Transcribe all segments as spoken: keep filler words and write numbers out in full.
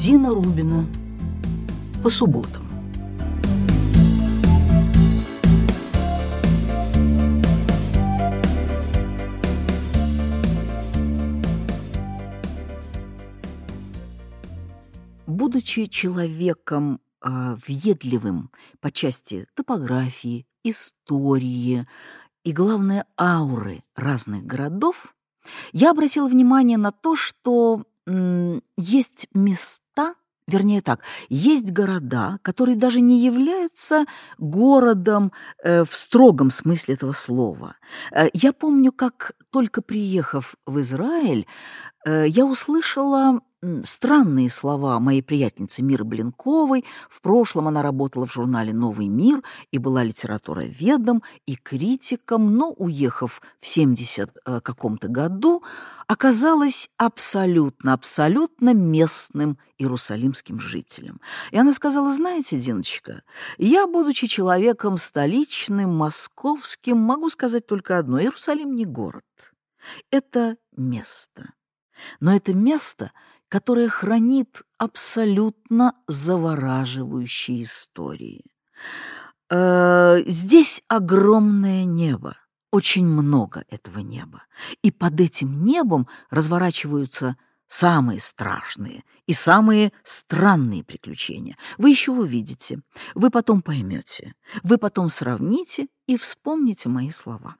Дина Рубина. По субботам. Будучи человеком э, въедливым по части топографии, истории и, главное, ауры разных городов, я обратила внимание на то, что м, есть места, вернее так, есть города, которые даже не являются городом э, в строгом смысле этого слова. Э, я помню, как только приехав в Израиль, э, я услышала м, странные слова моей приятельницы Миры Блинковой. В прошлом она работала в журнале «Новый мир» и была литературоведом и критиком, но, уехав в семидесятом э, каком-то году, оказалась абсолютно, абсолютно местным иерусалимским жителем. И она сказала: знаете, Диночка, я, будучи человеком столичным, московским, могу сказать только одно: Иерусалим не город, это место. Но это место, которое хранит абсолютно завораживающие истории. Э, Здесь огромное небо, очень много этого неба. И под этим небом разворачиваются самые страшные и самые странные приключения. Вы еще увидите, вы потом поймете, вы потом сравните и вспомните мои слова.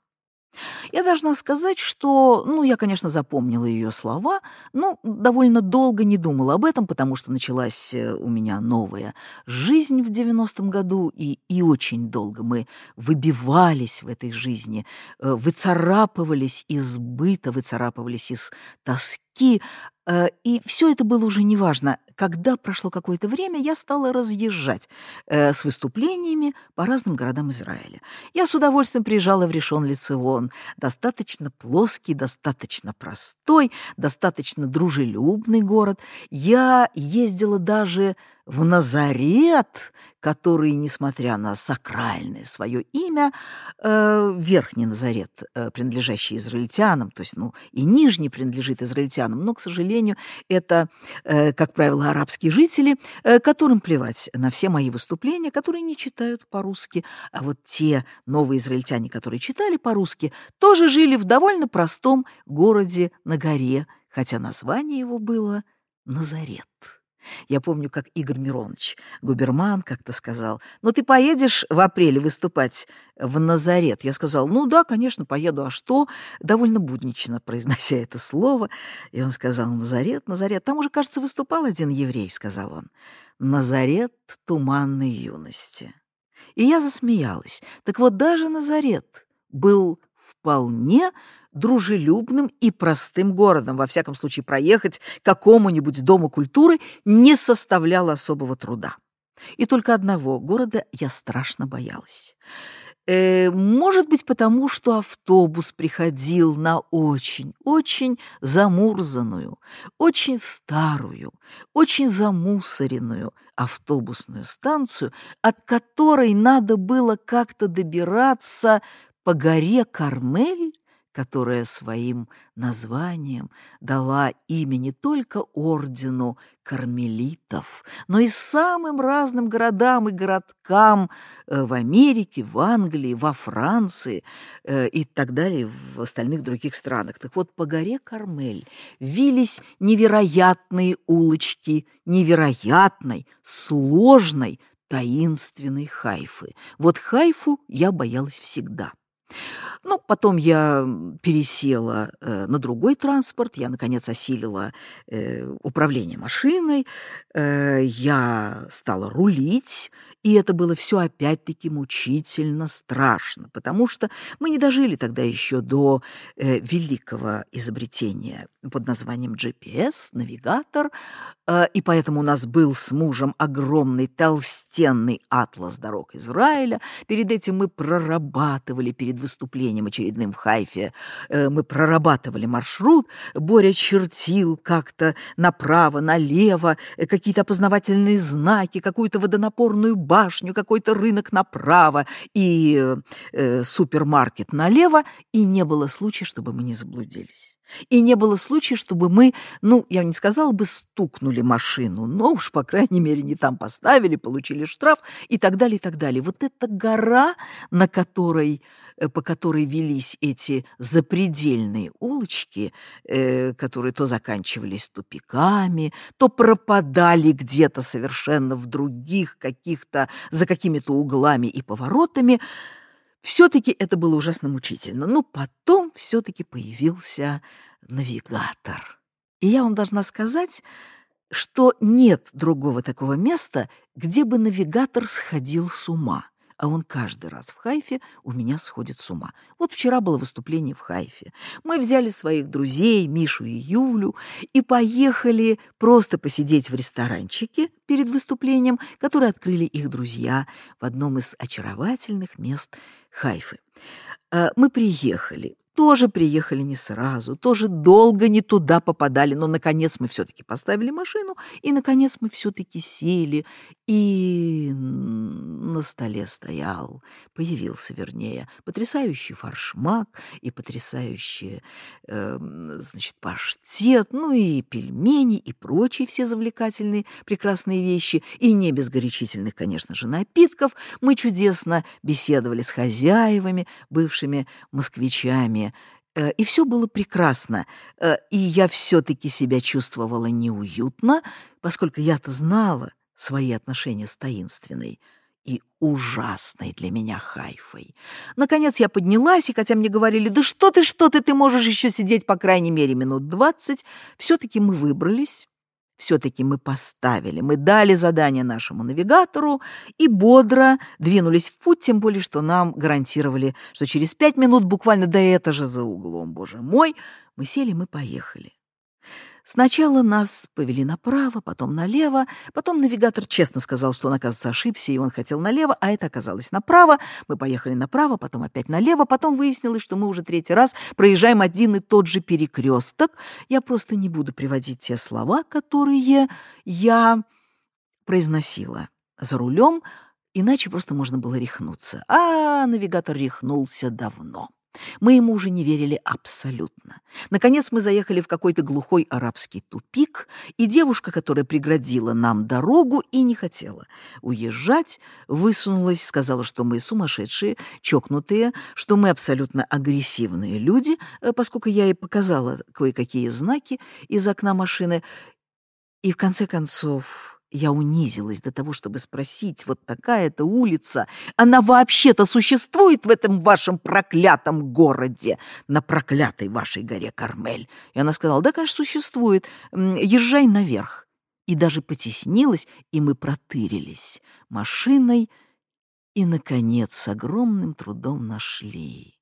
Я должна сказать, что, ну, я, конечно, запомнила ее слова, но довольно долго не думала об этом, потому что началась у меня новая жизнь в девяностом году, и, и очень долго мы выбивались в этой жизни, выцарапывались из быта, выцарапывались из тоски, и все это было уже неважно. Когда прошло какое-то время, я стала разъезжать э, с выступлениями по разным городам Израиля. Я с удовольствием приезжала в Ришон-ле-Цион. Достаточно плоский, достаточно простой, достаточно дружелюбный город. Я ездила даже в Назарет, который, несмотря на сакральное свое имя, э, Верхний Назарет, э, принадлежащий израильтянам, то есть, ну, и Нижний принадлежит израильтянам, но, к сожалению, это, э, как правило, арабские жители, э, которым плевать на все мои выступления, которые не читают по-русски, а вот те новые израильтяне, которые читали по-русски, тоже жили в довольно простом городе на горе, хотя название его было Назарет. Я помню, как Игорь Миронович, губерман, как-то сказал: ну, ты поедешь в апреле выступать в Назарет? Я сказал: ну да, конечно, поеду, а что? Довольно буднично произнося это слово. И он сказал: Назарет, Назарет. Там уже, кажется, выступал один еврей, сказал он. Назарет туманной юности. И я засмеялась. Так вот, даже Назарет был вполне дружелюбным и простым городом. Во всяком случае, проехать к какому-нибудь дому культуры не составляло особого труда. И только одного города я страшно боялась. Э, может быть, потому что автобус приходил на очень, очень замурзанную, очень старую, очень замусоренную автобусную станцию, от которой надо было как-то добираться по горе Кармель, которая своим названием дала имя не только ордену кармелитов, но и самым разным городам и городкам в Америке, в Англии, во Франции и так далее, в остальных других странах. Так вот, по горе Кармель вились невероятные улочки невероятной, сложной, таинственной Хайфы. Вот Хайфу я боялась всегда. Ну, потом я пересела э, на другой транспорт, я, наконец, осилила э, управление машиной, э, я стала рулить, и это было все опять-таки мучительно страшно, потому что мы не дожили тогда еще до э, великого изобретения под названием джи пи эс, навигатор, э, и поэтому у нас был с мужем огромный толстенный атлас дорог Израиля. Перед этим мы прорабатывали перед выступлением очередным в Хайфе, э, мы прорабатывали маршрут, Боря чертил как-то направо, налево, э, какие-то опознавательные знаки, какую-то водонапорную башню, какой-то рынок направо и э, супермаркет налево, и не было случая, чтобы мы не заблудились. И не было случая, чтобы мы, ну, я не сказала бы, стукнули машину, но уж, по крайней мере, не там поставили, получили штраф и так далее, и так далее. Вот эта гора, на которой, э, по которой велись эти запредельные улочки, э, которые то заканчивались тупиками, то пропадали где-то совершенно в других каких-то, за какими-то углами и поворотами, все-таки это было ужасно мучительно. Но потом все-таки появился навигатор. И я вам должна сказать, что нет другого такого места, где бы навигатор сходил с ума. А он каждый раз в Хайфе у меня сходит с ума. Вот вчера было выступление в Хайфе. Мы взяли своих друзей, Мишу и Юлю, и поехали просто посидеть в ресторанчике перед выступлением, который открыли их друзья в одном из очаровательных мест Хайфы. Мы приехали. Тоже приехали не сразу, тоже долго не туда попадали, но, наконец, мы все-таки поставили машину, и, наконец, мы все-таки сели, и на столе стоял, появился, вернее, потрясающий форшмак и потрясающий, э, значит, паштет, ну и пельмени, и прочие все завлекательные прекрасные вещи, и не без горячительных, конечно же, напитков. Мы чудесно беседовали с хозяевами, бывшими москвичами, и все было прекрасно. И я все-таки себя чувствовала неуютно, поскольку я-то знала свои отношения с таинственной и ужасной для меня Хайфой. Наконец я поднялась, и хотя мне говорили: «Да что ты, что ты, ты можешь еще сидеть по крайней мере минут двадцать», все-таки мы выбрались. Все-таки мы поставили, мы дали задание нашему навигатору и бодро двинулись в путь, тем более, что нам гарантировали, что через пять минут, буквально до этого же за углом, боже мой, мы сели, мы поехали. Сначала нас повели направо, потом налево, потом навигатор честно сказал, что он, оказывается, ошибся, и он хотел налево, а это оказалось направо. Мы поехали направо, потом опять налево, потом выяснилось, что мы уже третий раз проезжаем один и тот же перекресток. Я просто не буду приводить те слова, которые я произносила за рулем, иначе просто можно было рехнуться. А навигатор рехнулся давно. Мы ему уже не верили абсолютно. Наконец мы заехали в какой-то глухой арабский тупик, и девушка, которая преградила нам дорогу и не хотела уезжать, высунулась, сказала, что мы сумасшедшие, чокнутые, что мы абсолютно агрессивные люди, поскольку я ей показала кое-какие знаки из окна машины. И в конце концов я унизилась до того, чтобы спросить: вот такая-то улица, она вообще-то существует в этом вашем проклятом городе, на проклятой вашей горе Кармель? И она сказала: да, конечно, существует, езжай наверх. И даже потеснилась, и мы протырились машиной, и, наконец, с огромным трудом нашли.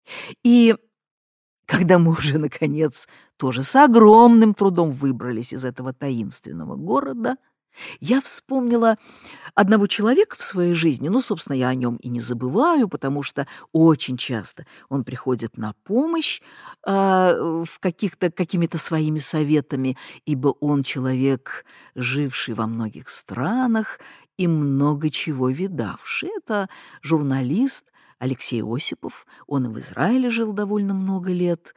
И когда мы уже, наконец, тоже с огромным трудом выбрались из этого таинственного города, я вспомнила одного человека в своей жизни. Ну, собственно, я о нем и не забываю, потому что очень часто он приходит на помощь э, в каких-то, какими-то своими советами, ибо он человек, живший во многих странах и много чего видавший. Это журналист Алексей Осипов. Он и в Израиле жил довольно много лет.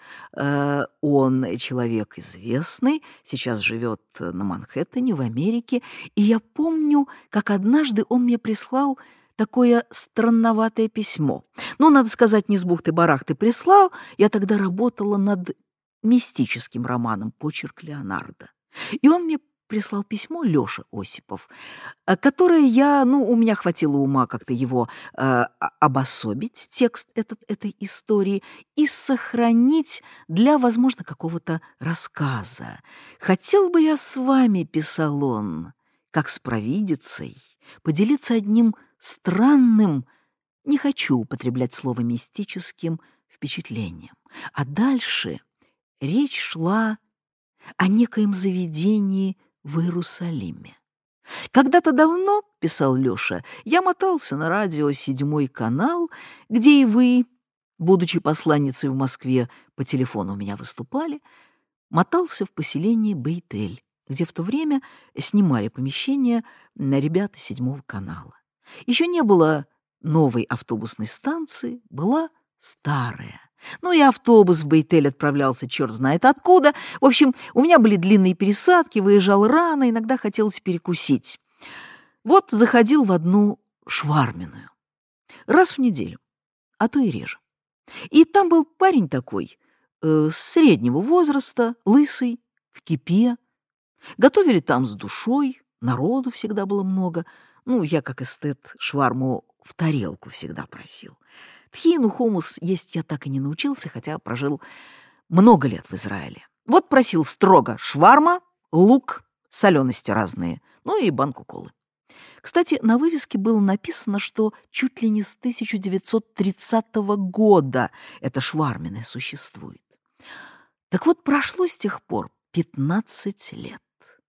Он человек известный, сейчас живет на Манхэттене, в Америке. И я помню, как однажды он мне прислал такое странноватое письмо. Ну, надо сказать, не с бухты-барахты прислал. Я тогда работала над мистическим романом «Почерк Леонардо». И он мне прислал письмо, Лёша Осипов, которое я, ну, у меня хватило ума как-то его э, обособить, текст этот, этой истории, и сохранить для, возможно, какого-то рассказа. «Хотел бы я с вами, — писал он, — как с провидицей, поделиться одним странным, не хочу употреблять слово мистическим, впечатлением». А дальше речь шла о некоем заведении в Иерусалиме. «Когда-то давно, — писал Лёша, — я мотался на радио «Седьмой канал», где и вы, будучи посланницей в Москве, по телефону у меня выступали, мотался в поселении Бейтель, где в то время снимали помещение на ребята «Седьмого канала». Еще не было новой автобусной станции, была старая, Ну и автобус в Бейтель отправлялся черт знает откуда. В общем, у меня были длинные пересадки, выезжал рано, иногда хотелось перекусить. Вот заходил в одну шварменную. Раз в неделю, а то и реже. И там был парень такой, э, среднего возраста, лысый, в кипе. Готовили там с душой, народу всегда было много. Ну, я, как эстет, шварму в тарелку всегда просил. Тхину, хумус есть я так и не научился, хотя прожил много лет в Израиле. Вот просил строго шварма, лук, солености разные, ну и банку колы. Кстати, на вывеске было написано, что чуть ли не с тысяча девятьсот тридцатого года это шварменное существует. Так вот, прошло с тех пор пятнадцать лет.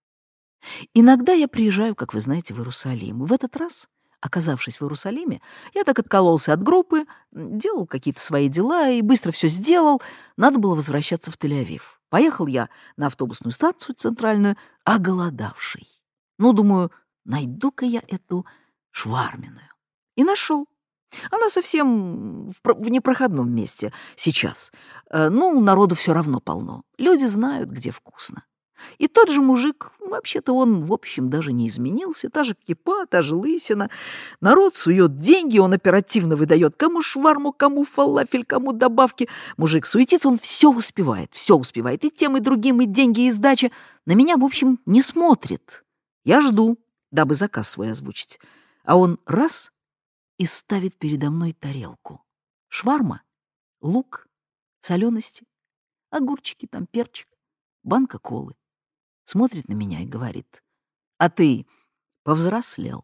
Иногда я приезжаю, как вы знаете, в Иерусалим. В этот раз, оказавшись в Иерусалиме, я так откололся от группы, делал какие-то свои дела и быстро все сделал. Надо было возвращаться в Тель-Авив. Поехал я на автобусную станцию центральную, оголодавший. Ну, думаю, найду-ка я эту шварменную. И нашел. Она совсем в, про- в непроходном месте сейчас. Э, Ну, народу все равно полно. Люди знают, где вкусно. И тот же мужик, вообще-то он, в общем, даже не изменился. Та же кипа, та же лысина. Народ сует деньги, он оперативно выдает кому шварму, кому фалафель, кому добавки. Мужик суетится, он все успевает, все успевает. И тем, и другим, и деньги, и сдача. На меня, в общем, не смотрит. Я жду, дабы заказ свой озвучить. А он раз и ставит передо мной тарелку. Шварма, лук, солености, огурчики, там перчик, банка колы. Смотрит на меня и говорит: «А ты повзрослел?»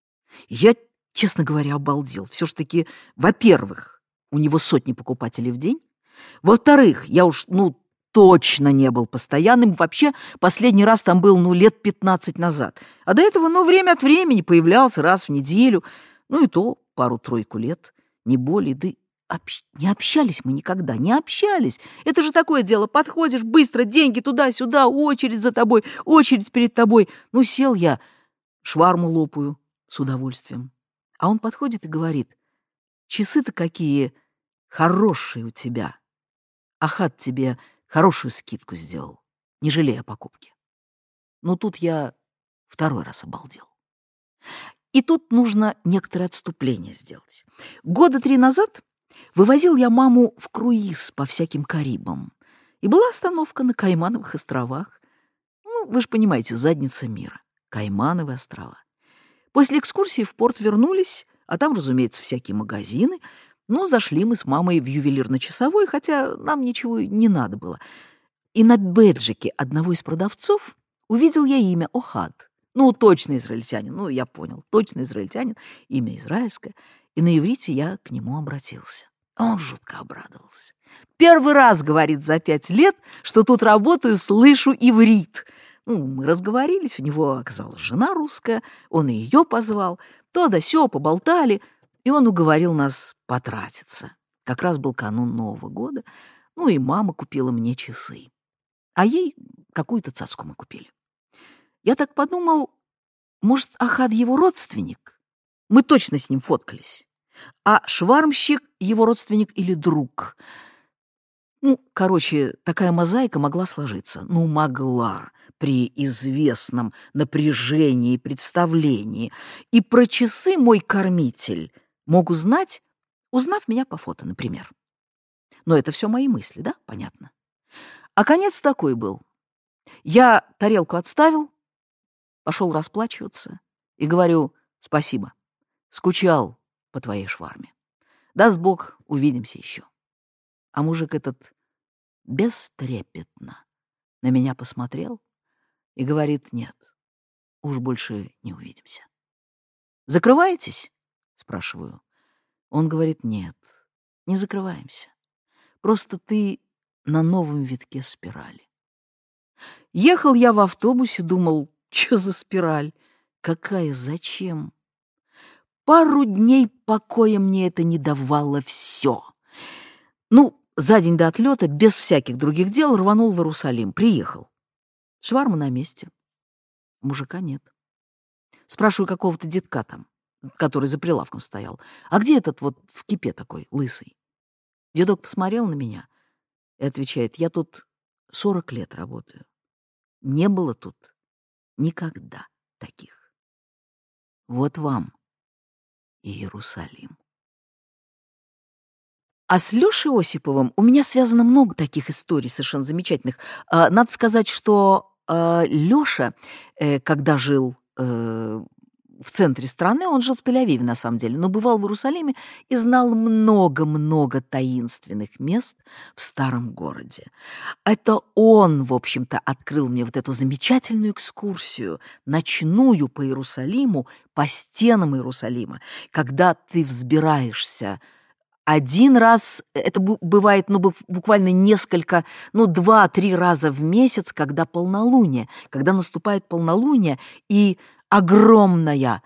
Я, честно говоря, обалдел. Все ж таки, во-первых, у него сотни покупателей в день. Во-вторых, я уж, ну, точно не был постоянным. Вообще, последний раз там был, ну, лет пятнадцать назад. А до этого, ну, время от времени появлялся раз в неделю. Ну, и то пару-тройку лет, не более. Да и общ- не общались мы никогда, не общались. Это же такое дело. Подходишь, быстро, деньги туда-сюда, очередь за тобой, очередь перед тобой. Ну, сел я, шварму лопаю с удовольствием. А он подходит и говорит: «Часы-то какие хорошие у тебя. Ахат тебе хорошую скидку сделал, не жалея о покупке». Но тут я второй раз обалдел. И тут нужно некоторое отступление сделать. Года три назад вывозил я маму в круиз по всяким Карибам. И была остановка на Каймановых островах. Ну, вы же понимаете, задница мира. Каймановы острова. После экскурсии в порт вернулись, а там, разумеется, всякие магазины. Ну, зашли мы с мамой в ювелирно-часовой, хотя нам ничего не надо было. И на бэджике одного из продавцов увидел я имя Охад. Ну, точно израильтянин. Ну, я понял, точно израильтянин, имя израильское. И на иврите я к нему обратился. Он жутко обрадовался. Первый раз, говорит, за пять лет, что тут работаю, слышу иврит. Ну, мы разговорились, у него оказалась жена русская, он и ее позвал. То да сё, поболтали, и он уговорил нас потратиться. Как раз был канун Нового года, ну и мама купила мне часы. А ей какую-то цацку мы купили. Я так подумал, может, Ахад его родственник? Мы точно с ним фоткались. А швармщик его родственник или друг? Ну, короче, такая мозаика могла сложиться. Ну, могла при известном напряжении и представлении. И про часы мой кормитель мог узнать, узнав меня по фото, например. Но это все мои мысли, да? Понятно. А конец такой был. Я тарелку отставил, пошел расплачиваться и говорю: «Спасибо, скучал по твоей шварме. Даст Бог, увидимся еще». А мужик этот бестрепетно на меня посмотрел и говорит: «Нет, уж больше не увидимся». «Закрываетесь?» — спрашиваю. Он говорит: «Нет, не закрываемся. Просто ты на новом витке спирали». Ехал я в автобусе, думал, что за спираль? Какая, зачем? Пару дней покоя мне это не давало все. Ну, за день до отлета, без всяких других дел, рванул в Иерусалим. Приехал. Шварма на месте. Мужика нет. Спрашиваю какого-то детка там, который за прилавком стоял: «А где этот вот в кипе такой, лысый?» Дедок посмотрел на меня и отвечает: «Я тут сорок лет работаю. Не было тут никогда таких. Вот вам и Иерусалим». А с Лёшей Осиповым у меня связано много таких историй совершенно замечательных. А, надо сказать, что, а, Лёша, э, когда жил, э, в центре страны, он жил в Тель-Авиве на самом деле, но бывал в Иерусалиме и знал много-много таинственных мест в старом городе. Это он, в общем-то, открыл мне вот эту замечательную экскурсию, ночную по Иерусалиму, по стенам Иерусалима, когда ты взбираешься один раз, это бу бывает, ну, быв буквально несколько, ну, два-три раза в месяц, когда полнолуние, когда наступает полнолуние, и огромная,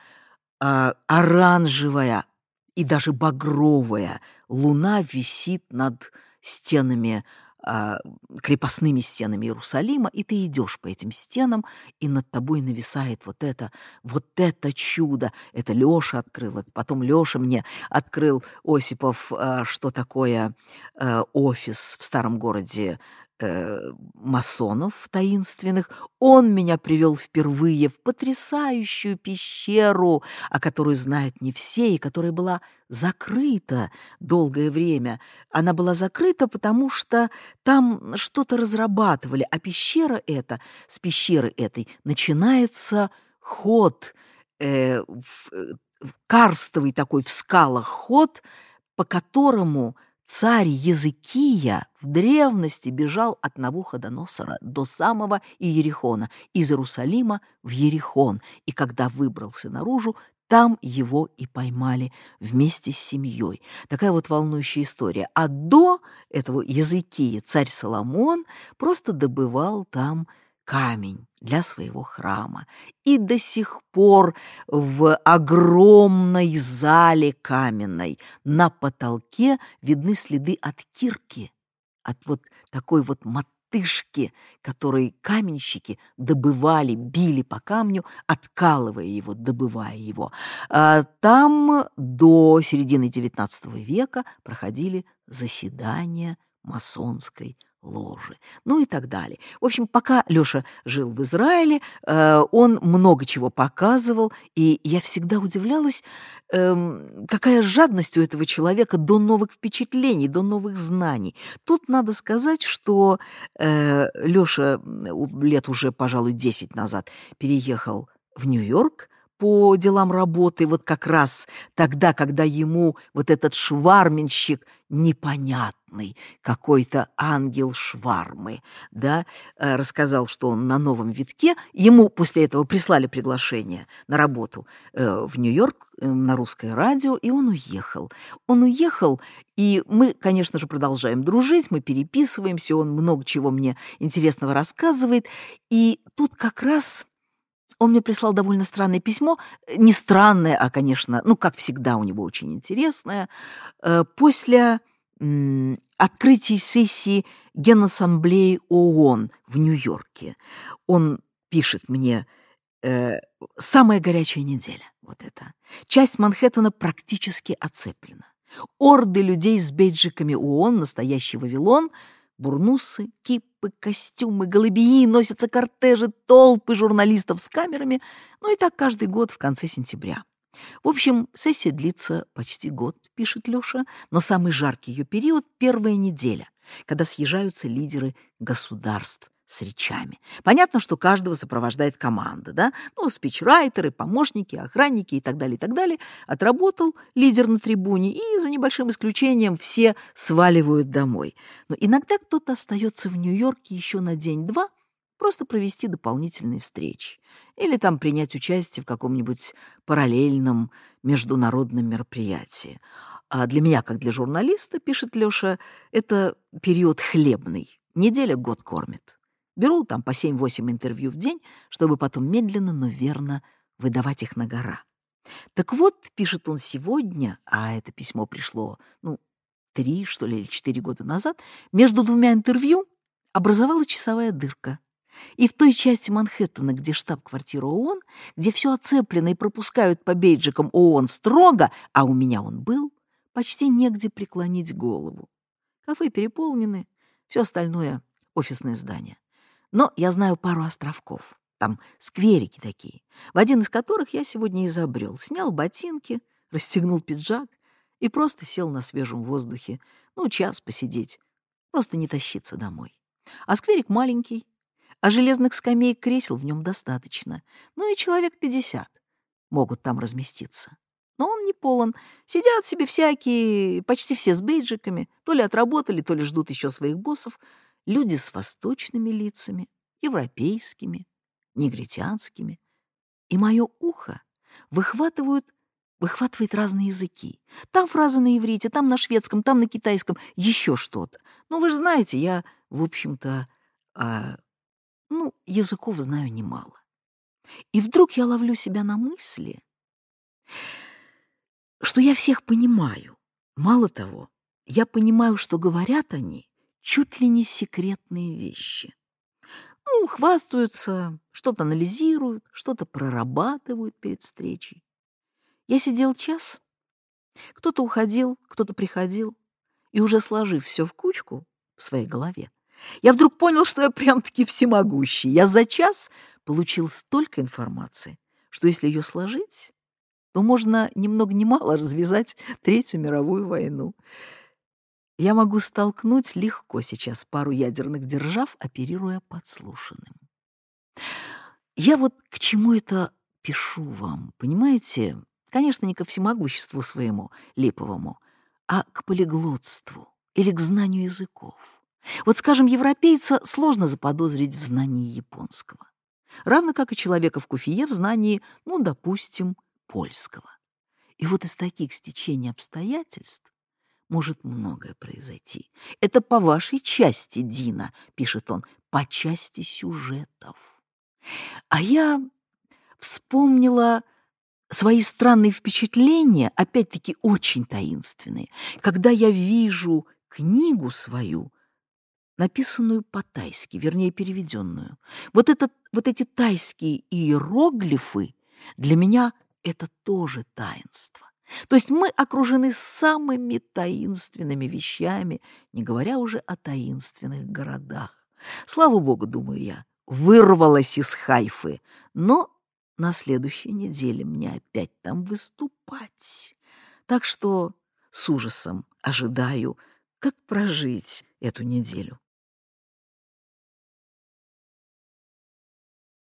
а, оранжевая и даже багровая луна висит над стенами, а, крепостными стенами Иерусалима, и ты идешь по этим стенам, и над тобой нависает вот это, вот это чудо. Это Лёша открыл, это потом Лёша мне открыл, Осипов, а, что такое, э, офис в старом городе, э, масонов таинственных. Он меня привел впервые в потрясающую пещеру, о которой знают не все, и которая была закрыта долгое время. Она была закрыта, потому что там что-то разрабатывали, а пещера эта, с пещеры этой начинается ход, э, в, э, в карстовый такой в скалах ход, по которому царь Езекия в древности бежал от Навуходоносора до самого Иерихона, из Иерусалима в Иерихон, и когда выбрался наружу, там его и поймали вместе с семьей. Такая вот волнующая история. А до этого Езекии царь Соломон просто добывал там камень для своего храма. И до сих пор в огромной зале каменной на потолке видны следы от кирки, от вот такой вот мотышки, которой каменщики добывали, били по камню, откалывая его, добывая его. А там до середины девятнадцатого века проходили заседания масонской ложи, ну и так далее. В общем, пока Лёша жил в Израиле, э, он много чего показывал, и я всегда удивлялась, эм, какая жадность у этого человека до новых впечатлений, до новых знаний. Тут надо сказать, что э, Лёша лет уже, пожалуй, десять назад переехал в Нью-Йорк по делам работы, вот как раз тогда, когда ему вот этот шварменщик непонятный, какой-то ангел швармы, да, э, рассказал, что он на новом витке. Ему после этого прислали приглашение на работу э, в Нью-Йорк э, на русское радио, и он уехал. Он уехал, и мы, конечно же, продолжаем дружить, мы переписываемся, он много чего мне интересного рассказывает. И тут как раз он мне прислал довольно странное письмо, не странное, а, конечно, ну, как всегда, у него очень интересное. Э, После м, открытия сессии Генассамблеи ООН в Нью-Йорке он пишет мне: э, «Самая горячая неделя, вот это. Часть Манхэттена практически оцеплена. Орды людей с бейджиками ООН, настоящий Вавилон, бурнусы, кипы, костюмы, голубии, носятся кортежи, толпы журналистов с камерами. Ну и так каждый год в конце сентября. В общем, сессия длится почти год», — пишет Лёша, «но самый жаркий ее период — первая неделя, когда съезжаются лидеры государств с речами. Понятно, что каждого сопровождает команда, да? Ну, спичрайтеры, помощники, охранники и так далее, и так далее. Отработал лидер на трибуне, и за небольшим исключением все сваливают домой. Но иногда кто-то остается в Нью-Йорке еще на день-два, просто провести дополнительные встречи или там принять участие в каком-нибудь параллельном международном мероприятии. А для меня, как для журналиста, пишет Лёша, это период хлебный. Неделя год кормит. Беру там по семь-восемь интервью в день, чтобы потом медленно, но верно выдавать их на гора. Так вот, пишет он сегодня, а это письмо пришло, ну, три, что ли, или четыре года назад, между двумя интервью образовалась часовая дырка. И в той части Манхэттена, где штаб-квартира ООН, где все оцеплено и пропускают по бейджикам ООН строго, а у меня он был, почти негде преклонить голову. Кафе переполнены, все остальное — офисное здание. Но я знаю пару островков. Там скверики такие, в один из которых я сегодня и забрел. Снял ботинки, расстегнул пиджак и просто сел на свежем воздухе. Ну, час посидеть, просто не тащиться домой. А скверик маленький, а железных скамеек, кресел в нем достаточно. Ну и человек пятьдесят могут там разместиться. Но он не полон. Сидят себе всякие, почти все с бейджиками. То ли отработали, то ли ждут еще своих боссов. Люди с восточными лицами, европейскими, негритянскими. И мое ухо выхватывают, выхватывает разные языки. Там фразы на иврите, там на шведском, там на китайском, еще что-то. Ну, вы же знаете, я, в общем-то, а, ну, языков знаю немало. И вдруг я ловлю себя на мысли, что я всех понимаю. Мало того, я понимаю, что говорят они чуть ли не секретные вещи. Ну, хвастаются, что-то анализируют, что-то прорабатывают перед встречей. Я сидел час, кто-то уходил, кто-то приходил, и уже сложив все в кучку в своей голове, я вдруг понял, что я прям-таки всемогущий. Я за час получил столько информации, что если ее сложить, то можно ни много ни мало развязать Третью мировую войну. Я могу столкнуть легко сейчас пару ядерных держав, оперируя подслушанным. Я вот к чему это пишу вам, понимаете? Конечно, не ко всемогуществу своему липовому, а к полиглотству или к знанию языков. Вот, скажем, европейца сложно заподозрить в знании японского, равно как и человека в куфие в знании, ну, допустим, польского. И вот из таких стечений обстоятельств может многое произойти. Это по вашей части, Дина, пишет он, по части сюжетов. А я вспомнила свои странные впечатления, опять-таки очень таинственные, когда я вижу книгу свою, написанную по-тайски, вернее, переведенную. Вот, этот, вот эти тайские иероглифы для меня это тоже таинство. То есть мы окружены самыми таинственными вещами, не говоря уже о таинственных городах. Слава богу, думаю я, вырвалась из Хайфы, но на следующей неделе мне опять там выступать. Так что с ужасом ожидаю, как прожить эту неделю.